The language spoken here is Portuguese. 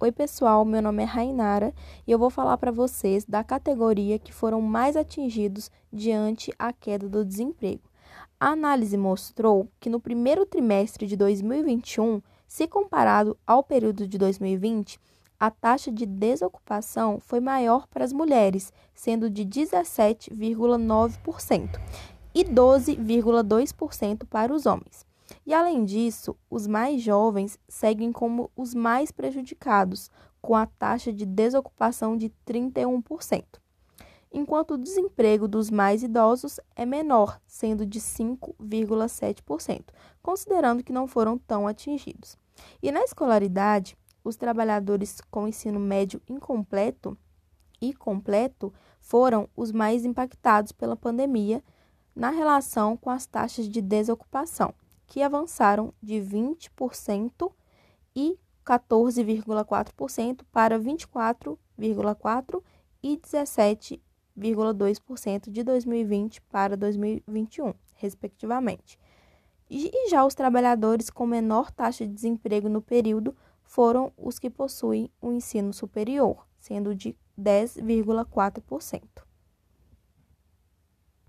Oi, pessoal, meu nome é Rainara e eu vou falar para vocês da categoria que foram mais atingidos diante a queda do desemprego. A análise mostrou que no primeiro trimestre de 2021, se comparado ao período de 2020, a taxa de desocupação foi maior para as mulheres, sendo de 17,9% e 12,2% para os homens. E, além disso, os mais jovens seguem como os mais prejudicados, com a taxa de desocupação de 31%, enquanto o desemprego dos mais idosos é menor, sendo de 5,7%, considerando que não foram tão atingidos. E na escolaridade, os trabalhadores com ensino médio incompleto e completo foram os mais impactados pela pandemia na relação com as taxas de desocupação, que avançaram de 20% e 14,4% para 24,4% e 17,2% de 2020 para 2021, respectivamente. E já os trabalhadores com menor taxa de desemprego no período foram os que possuem o ensino superior, sendo de 10,4%.